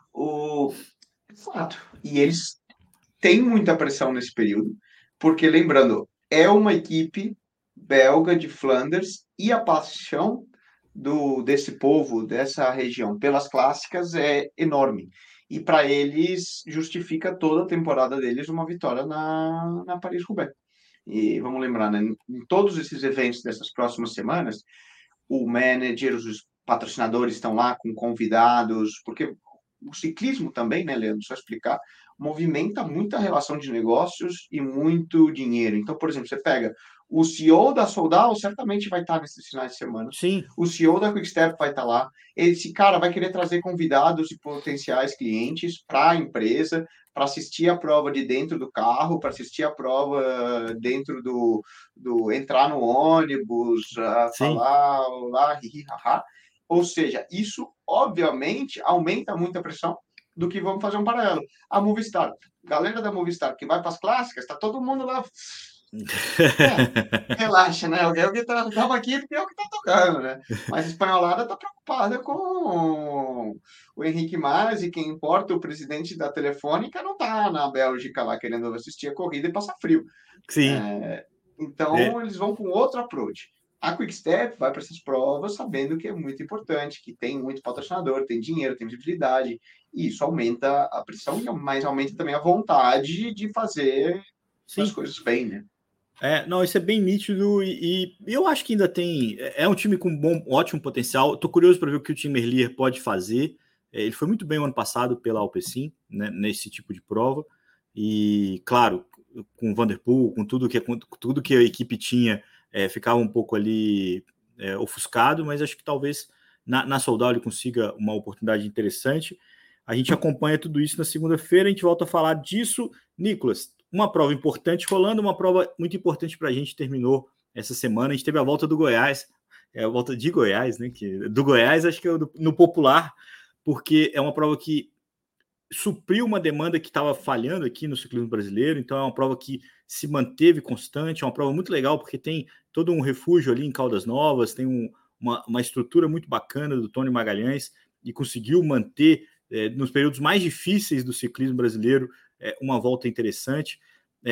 Speaker 2: fato. E eles têm muita pressão nesse período, porque lembrando, é uma equipe belga de Flanders e a paixão desse povo, dessa região, pelas clássicas é enorme. E para eles justifica toda a temporada deles uma vitória na Paris-Roubaix. E vamos lembrar, né, em todos esses eventos dessas próximas semanas, o manager, os patrocinadores estão lá com convidados, porque o ciclismo também, né, Leandro, só explicar, movimenta muita relação de negócios e muito dinheiro. Então, por exemplo, você pega o CEO da Soudal, certamente vai estar nesses finais de semana.
Speaker 1: Sim.
Speaker 2: O CEO da Quick-Step vai estar lá. Esse cara vai querer trazer convidados e potenciais clientes para a empresa, para assistir a prova de dentro do carro, para assistir a prova dentro do entrar no ônibus, falar lá, hi, ha. Ou seja, isso obviamente aumenta muito a pressão do que vamos fazer um paralelo. A Movistar, galera da Movistar que vai para as clássicas, está todo mundo lá. Relaxa, né? É o que estava aqui porque é o que está tocando, né? Mas a espanholada está preocupada com o Henrique Mas, e quem importa, o presidente da Telefônica, não está na Bélgica lá querendo assistir a corrida e passar frio.
Speaker 1: Sim.
Speaker 2: Então, eles vão com outro approach. A Quick-Step vai para essas provas sabendo que é muito importante, que tem muito patrocinador, tem dinheiro, tem visibilidade, e isso aumenta a pressão, mas aumenta também a vontade de fazer as coisas bem, né?
Speaker 1: Não, isso é bem nítido e eu acho que ainda tem... É um time com ótimo potencial. Estou curioso para ver o que o Tim Merlier pode fazer. Ele foi muito bem o ano passado pela Alpecin, né, nesse tipo de prova. E, claro, com o Van der Poel, com tudo que a equipe tinha, ficava um pouco ali ofuscado, mas acho que talvez na Soudal ele consiga uma oportunidade interessante. A gente acompanha tudo isso na segunda-feira, a gente volta a falar disso. Nicolas, uma prova importante rolando, uma prova muito importante para a gente terminou essa semana. A gente teve a volta do Goiás, a volta de Goiás, né? Do Goiás, acho que é no popular, porque é uma prova que supriu uma demanda que estava falhando aqui no ciclismo brasileiro. Então é uma prova que se manteve constante, é uma prova muito legal, porque tem todo um refúgio ali em Caldas Novas, tem uma estrutura muito bacana do Tony Magalhães, e conseguiu manter, nos períodos mais difíceis do ciclismo brasileiro, uma volta interessante.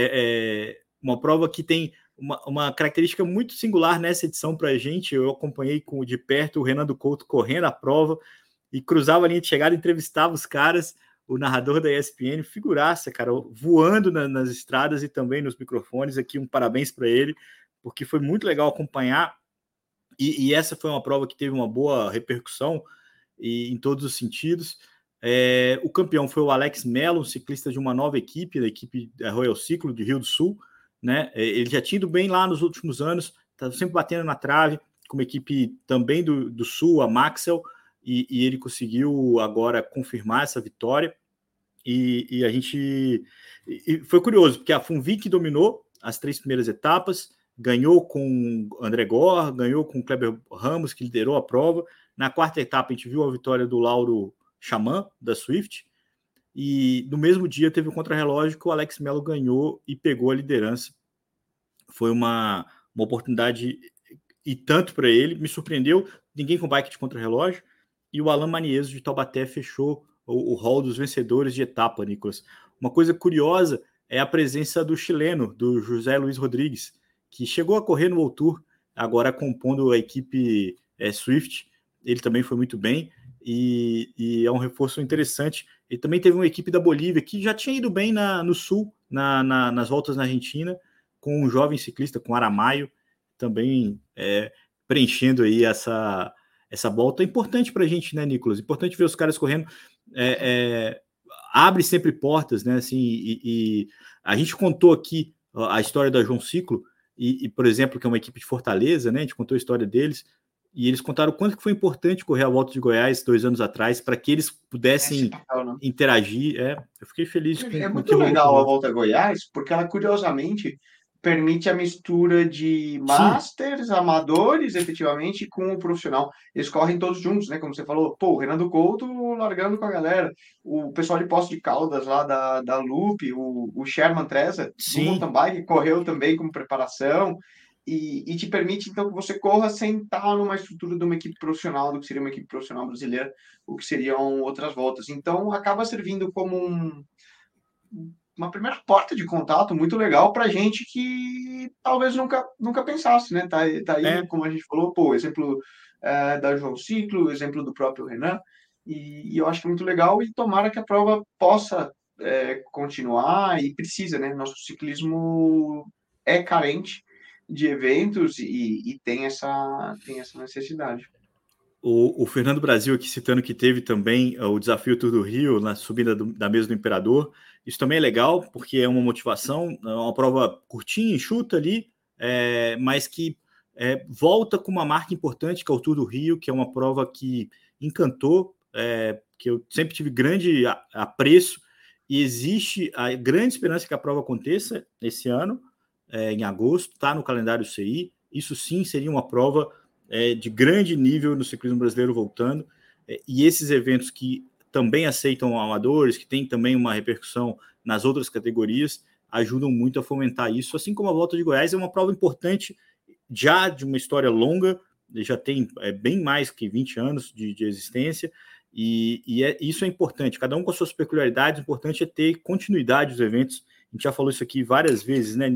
Speaker 1: Uma prova que tem uma característica muito singular nessa edição para a gente. Eu acompanhei de perto o Renan Couto correndo a prova e cruzava a linha de chegada, entrevistava os caras, o narrador da ESPN, figuraça, cara, voando nas estradas e também nos microfones. Aqui um parabéns para ele, porque foi muito legal acompanhar, e essa foi uma prova que teve uma boa repercussão em todos os sentidos. O campeão foi o Alex Mello, um ciclista de uma nova equipe, da equipe da Royal Ciclo de Rio do Sul, né? Ele já tinha ido bem lá nos últimos anos, está sempre batendo na trave, com uma equipe também do Sul, a Maxel, e ele conseguiu agora confirmar essa vitória. E a gente... E foi curioso, porque a Funvic dominou as 3 primeiras etapas, ganhou com André Gor, ganhou com Kleber Ramos, que liderou a prova. Na 4ª etapa, a gente viu a vitória do Lauro Xamã, da Swift, e no mesmo dia teve o contrarrelógio que o Alex Mello ganhou e pegou a liderança. Foi uma oportunidade e tanto para ele, me surpreendeu, ninguém com bike de contrarrelógio, e o Alain Manieso de Taubaté fechou o hall dos vencedores de etapa, Nicolas. uma coisa curiosa é a presença do chileno, do José Luiz Rodrigues, que chegou a correr no World Tour, agora compondo a equipe Swift. Ele também foi muito bem e é um reforço interessante. Ele também teve uma equipe da Bolívia que já tinha ido bem no Sul, nas voltas na Argentina, com um jovem ciclista, com Aramayo, também preenchendo aí essa volta. É importante para a gente, né, Nicolas? Importante ver os caras correndo. Abre sempre portas, né? Assim, e a gente contou aqui a história da João Ciclo, por exemplo, que é uma equipe de Fortaleza, né? A gente contou a história deles, e eles contaram o quanto que foi importante correr a Volta de Goiás 2 anos atrás, para que eles pudessem interagir. Eu fiquei feliz com
Speaker 2: É
Speaker 1: o
Speaker 2: muito
Speaker 1: que rolou.
Speaker 2: legal a Volta a Goiás, porque ela, curiosamente, permite a mistura de masters, amadores, efetivamente, com o profissional. Eles correm todos juntos, né? Como você falou, pô, o Renan do Couto largando com a galera, o pessoal de Poços de Caldas lá da Loop, o Sherman Treza, do mountain bike, correu também como preparação, e te permite, então, que você corra sem estar numa estrutura de uma equipe profissional, do que seria uma equipe profissional brasileira, o que seriam outras voltas. Então, acaba servindo como uma primeira porta de contato muito legal para gente que talvez nunca pensasse, né? Tá aí, como a gente falou, pô, exemplo da João Ciclo, exemplo do próprio Renan, e eu acho que é muito legal e tomara que a prova possa continuar e precisa, né? Nosso ciclismo é carente de eventos e tem essa necessidade.
Speaker 1: O Fernando Brasil aqui citando que teve também o desafio Tour do Rio na subida da mesa do Imperador. Isso também é legal, porque é uma motivação, é uma prova curtinha, enxuta ali, mas que volta com uma marca importante, que é o Tour do Rio, que é uma prova que encantou, que eu sempre tive grande apreço, e existe a grande esperança que a prova aconteça esse ano, em agosto, está no calendário CI. Isso sim seria uma prova de grande nível no ciclismo brasileiro voltando, e esses eventos que também aceitam amadores, que tem também uma repercussão nas outras categorias, ajudam muito a fomentar isso, assim como a Volta de Goiás é uma prova importante, já de uma história longa, já tem bem mais que 20 anos de existência, e isso é importante, cada um com as suas peculiaridades, o importante é ter continuidade dos eventos. A gente já falou isso aqui várias vezes, né?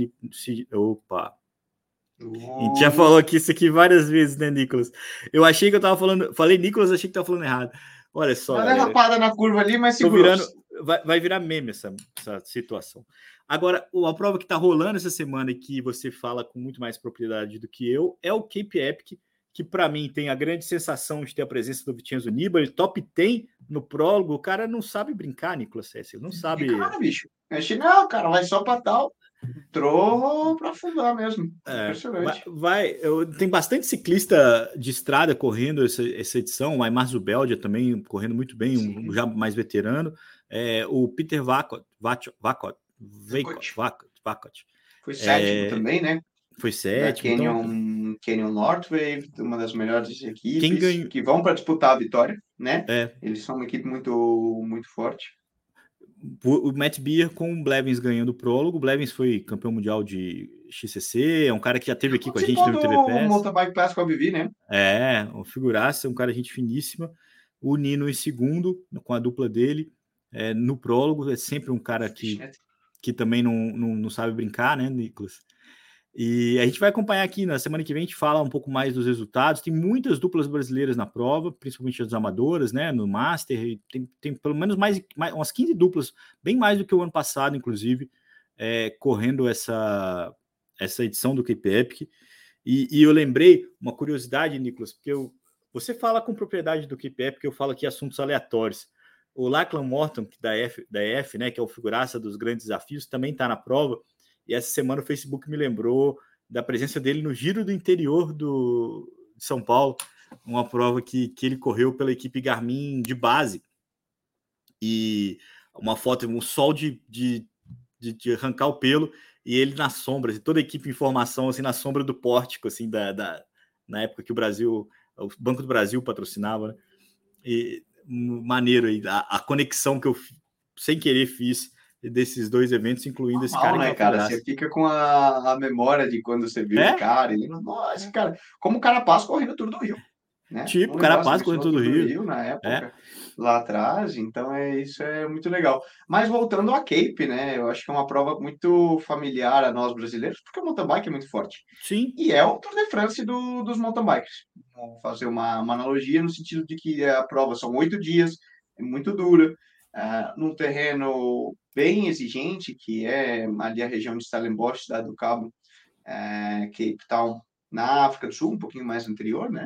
Speaker 1: Opa! A gente já falou aqui isso aqui várias vezes, né, Nicolas? Eu achei que eu tava falei Nicolas, achei que tava falando errado. Olha só,
Speaker 2: uma derrapada na curva ali, mas segurou.
Speaker 1: Vai virar meme essa situação. Agora, a prova que tá rolando essa semana e que você fala com muito mais propriedade do que eu é o Cape Epic, que para mim tem a grande sensação de ter a presença do Vincenzo Nibali, top 10 no prólogo. O cara não sabe brincar, Nicolas Sessler, não sabe.
Speaker 2: Cara, bicho. Não, cara, vai só pra tal. Entrou para afundar mesmo. Impressionante.
Speaker 1: Tem bastante ciclista de estrada correndo essa edição. O Aymar Zubeldia também correndo muito bem, já mais veterano. O Peter Vakot.
Speaker 2: Foi sétimo também, né?
Speaker 1: Foi sétimo.
Speaker 2: Canyon Northwave, uma das melhores equipes que vão para disputar a vitória, né? Eles são uma equipe muito, muito forte.
Speaker 1: O Matt Beer com o Blevins ganhando o prólogo. O Blevins foi campeão mundial de XCC, é um cara que já esteve aqui com a gente no MTB Pass.
Speaker 2: Mountain Bike Pass com a Vivi, né?
Speaker 1: Um figuraça, um cara de gente finíssima. O Nino em segundo, com a dupla dele. No prólogo, é sempre um cara que também não sabe brincar, né, Nicolas? E a gente vai acompanhar aqui, na semana que vem a gente fala um pouco mais dos resultados. Tem muitas duplas brasileiras na prova, principalmente as amadoras, né, no Master. Tem pelo menos mais umas 15 duplas, bem mais do que o ano passado, inclusive, correndo essa edição do Cape Epic. E eu lembrei uma curiosidade, Nicolas, porque você fala com propriedade do Cape Epic, eu falo aqui assuntos aleatórios. O Lachlan Morton, da EF, né, que é o figuraça dos grandes desafios, também está na prova. E essa semana o Facebook me lembrou da presença dele no Giro do Interior de São Paulo, uma prova que ele correu pela equipe Garmin de base. E uma foto, um sol de arrancar o pelo, e ele na sombra, toda a equipe em formação, assim, na sombra do pórtico, assim, na época que o Banco do Brasil patrocinava, né? E maneiro aí, a conexão que eu sem querer fiz desses dois eventos, incluindo esse cara.
Speaker 2: Né, cara? Você fica com a memória de quando você viu o cara, nossa, cara, como o cara passa correndo o Tour do Rio. né?
Speaker 1: Tipo,
Speaker 2: Um negócio
Speaker 1: Carapaz
Speaker 2: que
Speaker 1: correndo
Speaker 2: venceu o
Speaker 1: todo o
Speaker 2: Tour do
Speaker 1: Rio.
Speaker 2: Rio na
Speaker 1: É,
Speaker 2: época, lá atrás, então isso é muito legal. Mas voltando à Cape, né? Eu acho que é uma prova muito familiar a nós brasileiros, porque o mountain bike é muito forte.
Speaker 1: sim,
Speaker 2: E é o Tour de France dos mountain bikers. Vamos fazer uma analogia no sentido de que a prova são 8 dias, é muito dura, num terreno bem exigente, que é ali a região de Stellenbosch, Cidade do Cabo, Cape Town, na África do Sul, um pouquinho mais anterior, né?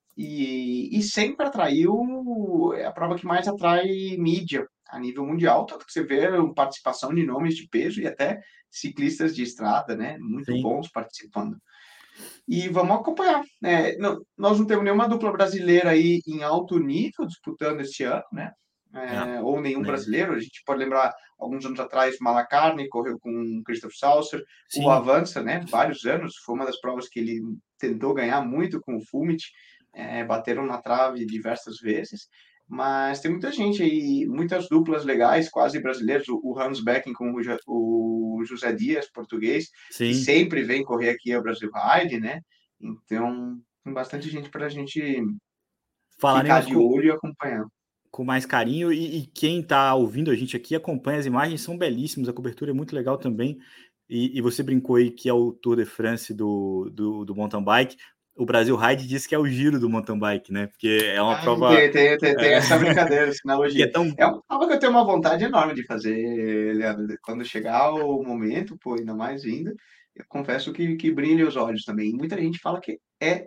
Speaker 2: E sempre atraiu, é a prova que mais atrai mídia a nível mundial, tanto que você vê a participação de nomes de peso e até ciclistas de estrada, né? Muito
Speaker 1: sim.
Speaker 2: bons participando. E vamos acompanhar. Nós não temos nenhuma dupla brasileira aí em alto nível disputando este ano, né?
Speaker 1: É,
Speaker 2: Ou nenhum
Speaker 1: né?
Speaker 2: brasileiro. A gente pode lembrar, alguns anos atrás, o Malacarne correu com o Christoph Saucer, o
Speaker 1: Sim,
Speaker 2: Avança, né? Vários anos, foi uma das provas que ele tentou ganhar muito com o Fulmich, bateram na trave diversas vezes. Mas tem muita gente aí, muitas duplas legais, quase brasileiros. O Hans Becken com o José Dias, português, que
Speaker 1: sim.
Speaker 2: sempre vem correr aqui ao Brasil Ride, né? Então, tem bastante gente para a gente ficar
Speaker 1: Falaremos
Speaker 2: de olho e acompanhar.
Speaker 1: com mais carinho. E quem está ouvindo a gente aqui acompanha, as imagens são belíssimas, a cobertura é muito legal também. E você brincou aí que é o Tour de France do mountain bike. O Brasil Ride diz que é o giro do mountain bike, né? Porque é uma prova
Speaker 2: Tem essa brincadeira, essa
Speaker 1: que é
Speaker 2: analogia.
Speaker 1: tão.
Speaker 2: É uma prova que eu tenho uma vontade enorme de fazer, Leandro. Quando chegar o momento, pô, ainda mais ainda, eu confesso que brilha os olhos também. E muita gente fala que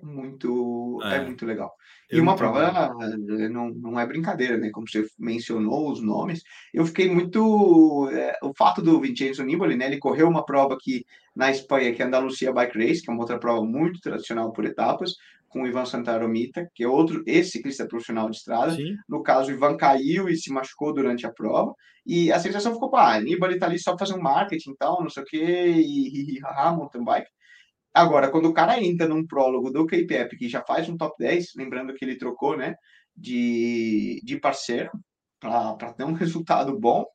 Speaker 2: é
Speaker 1: É,
Speaker 2: muito legal. E
Speaker 1: eu não
Speaker 2: uma
Speaker 1: tenho
Speaker 2: prova
Speaker 1: dúvida.
Speaker 2: não é brincadeira, né? Como você mencionou os nomes, eu fiquei muito. O fato do Vincenzo Nibali, né? Ele correu uma prova aqui na Espanha, que é a Andalucia Bike Race, que é uma outra prova muito tradicional por etapas, com o Ivan Santaromita, que é outro ex-ciclista profissional de estrada.
Speaker 1: Sim,
Speaker 2: No caso, o Ivan caiu e se machucou durante a prova. E a sensação ficou, pá, Nibali tá ali só pra fazer um marketing e tal, não sei o quê, e mountain bike. Agora, quando o cara entra num prólogo do Cape que já faz um top 10, lembrando que ele trocou, né, de parceiro para ter um resultado bom,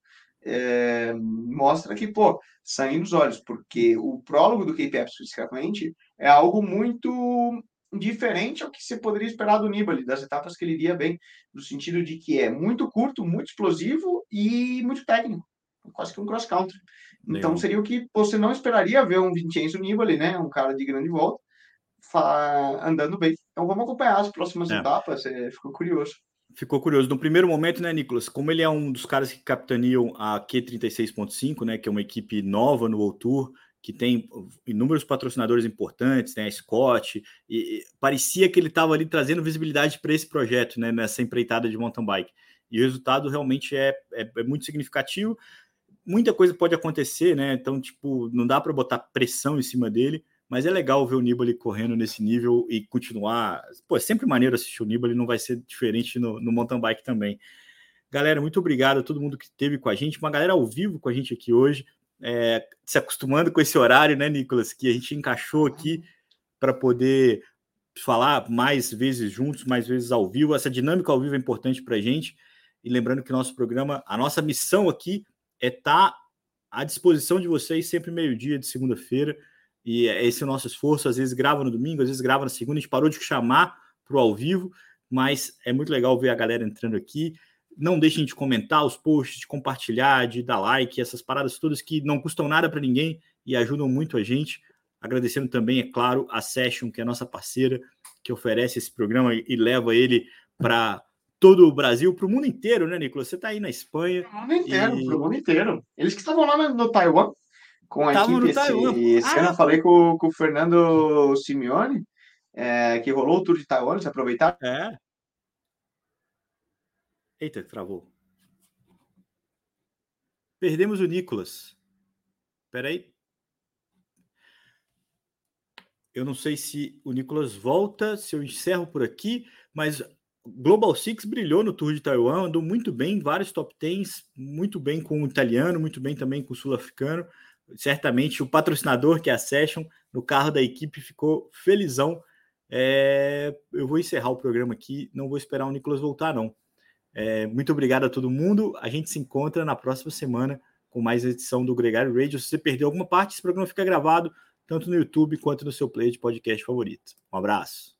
Speaker 2: mostra que, pô, sangue nos olhos, porque o prólogo do Cape especificamente é algo muito diferente ao que você poderia esperar do Nibali, das etapas que ele iria bem, no sentido de que é muito curto, muito explosivo e muito técnico, quase que um cross-country. Então
Speaker 1: legal.
Speaker 2: seria o que você não esperaria ver um Vincenzo Nibali, né, um cara de grande volta, andando bem. Então vamos acompanhar as próximas
Speaker 1: É.
Speaker 2: etapas, ficou curioso.
Speaker 1: Ficou curioso. No primeiro momento, né, Nicolas, como ele é um dos caras que capitaneam a Q36.5, né, que é uma equipe nova no World Tour, que tem inúmeros patrocinadores importantes, né, a Scott, e parecia que ele estava ali trazendo visibilidade para esse projeto, né, nessa empreitada de mountain bike. E o resultado realmente é muito significativo. Muita coisa pode acontecer, né? Então, tipo, não dá para botar pressão em cima dele, mas é legal ver o Nibali correndo nesse nível e continuar. Pô, é sempre maneiro assistir o Nibali, não vai ser diferente no mountain bike também. Galera, muito obrigado a todo mundo que esteve com a gente, uma galera ao vivo com a gente aqui hoje, se acostumando com esse horário, né, Nicolas, que a gente encaixou aqui para poder falar mais vezes juntos, mais vezes ao vivo. Essa dinâmica ao vivo é importante para a gente. E lembrando que nosso programa, a nossa missão aqui é estar à disposição de vocês sempre meio-dia de segunda-feira. E esse é o nosso esforço. Às vezes grava no domingo, às vezes grava na segunda. A gente parou de chamar para o ao vivo, mas é muito legal ver a galera entrando aqui. Não deixem de comentar os posts, de compartilhar, de dar like, essas paradas todas que não custam nada para ninguém e ajudam muito a gente. Agradecendo também, é claro, a Session, que é a nossa parceira, que oferece esse programa e leva ele para todo o Brasil, para o mundo inteiro, né, Nicolas? Você está aí na Espanha
Speaker 2: Pro
Speaker 1: e
Speaker 2: mundo inteiro. Eles que estavam lá no Taiwan, com a
Speaker 1: tava
Speaker 2: equipe
Speaker 1: no Taiwan.
Speaker 2: esse ano, eu
Speaker 1: Ah,
Speaker 2: falei com o Fernando Simeone, que rolou o Tour de Taiwan, eles aproveitaram.
Speaker 1: é. Eita, travou. Perdemos o Nicolas. Espera aí. Eu não sei se o Nicolas volta, se eu encerro por aqui, mas Global Six brilhou no Tour de Taiwan, andou muito bem, vários top 10, muito bem com o italiano, muito bem também com o sul-africano. Certamente o patrocinador, que é a Session, no carro da equipe, ficou felizão. Eu vou encerrar o programa aqui, não vou esperar o Nicolas voltar, não. Muito obrigado a todo mundo. A gente se encontra na próxima semana com mais edição do Gregário Radio. Se você perdeu alguma parte, esse programa fica gravado tanto no YouTube quanto no seu player de podcast favorito. Um abraço.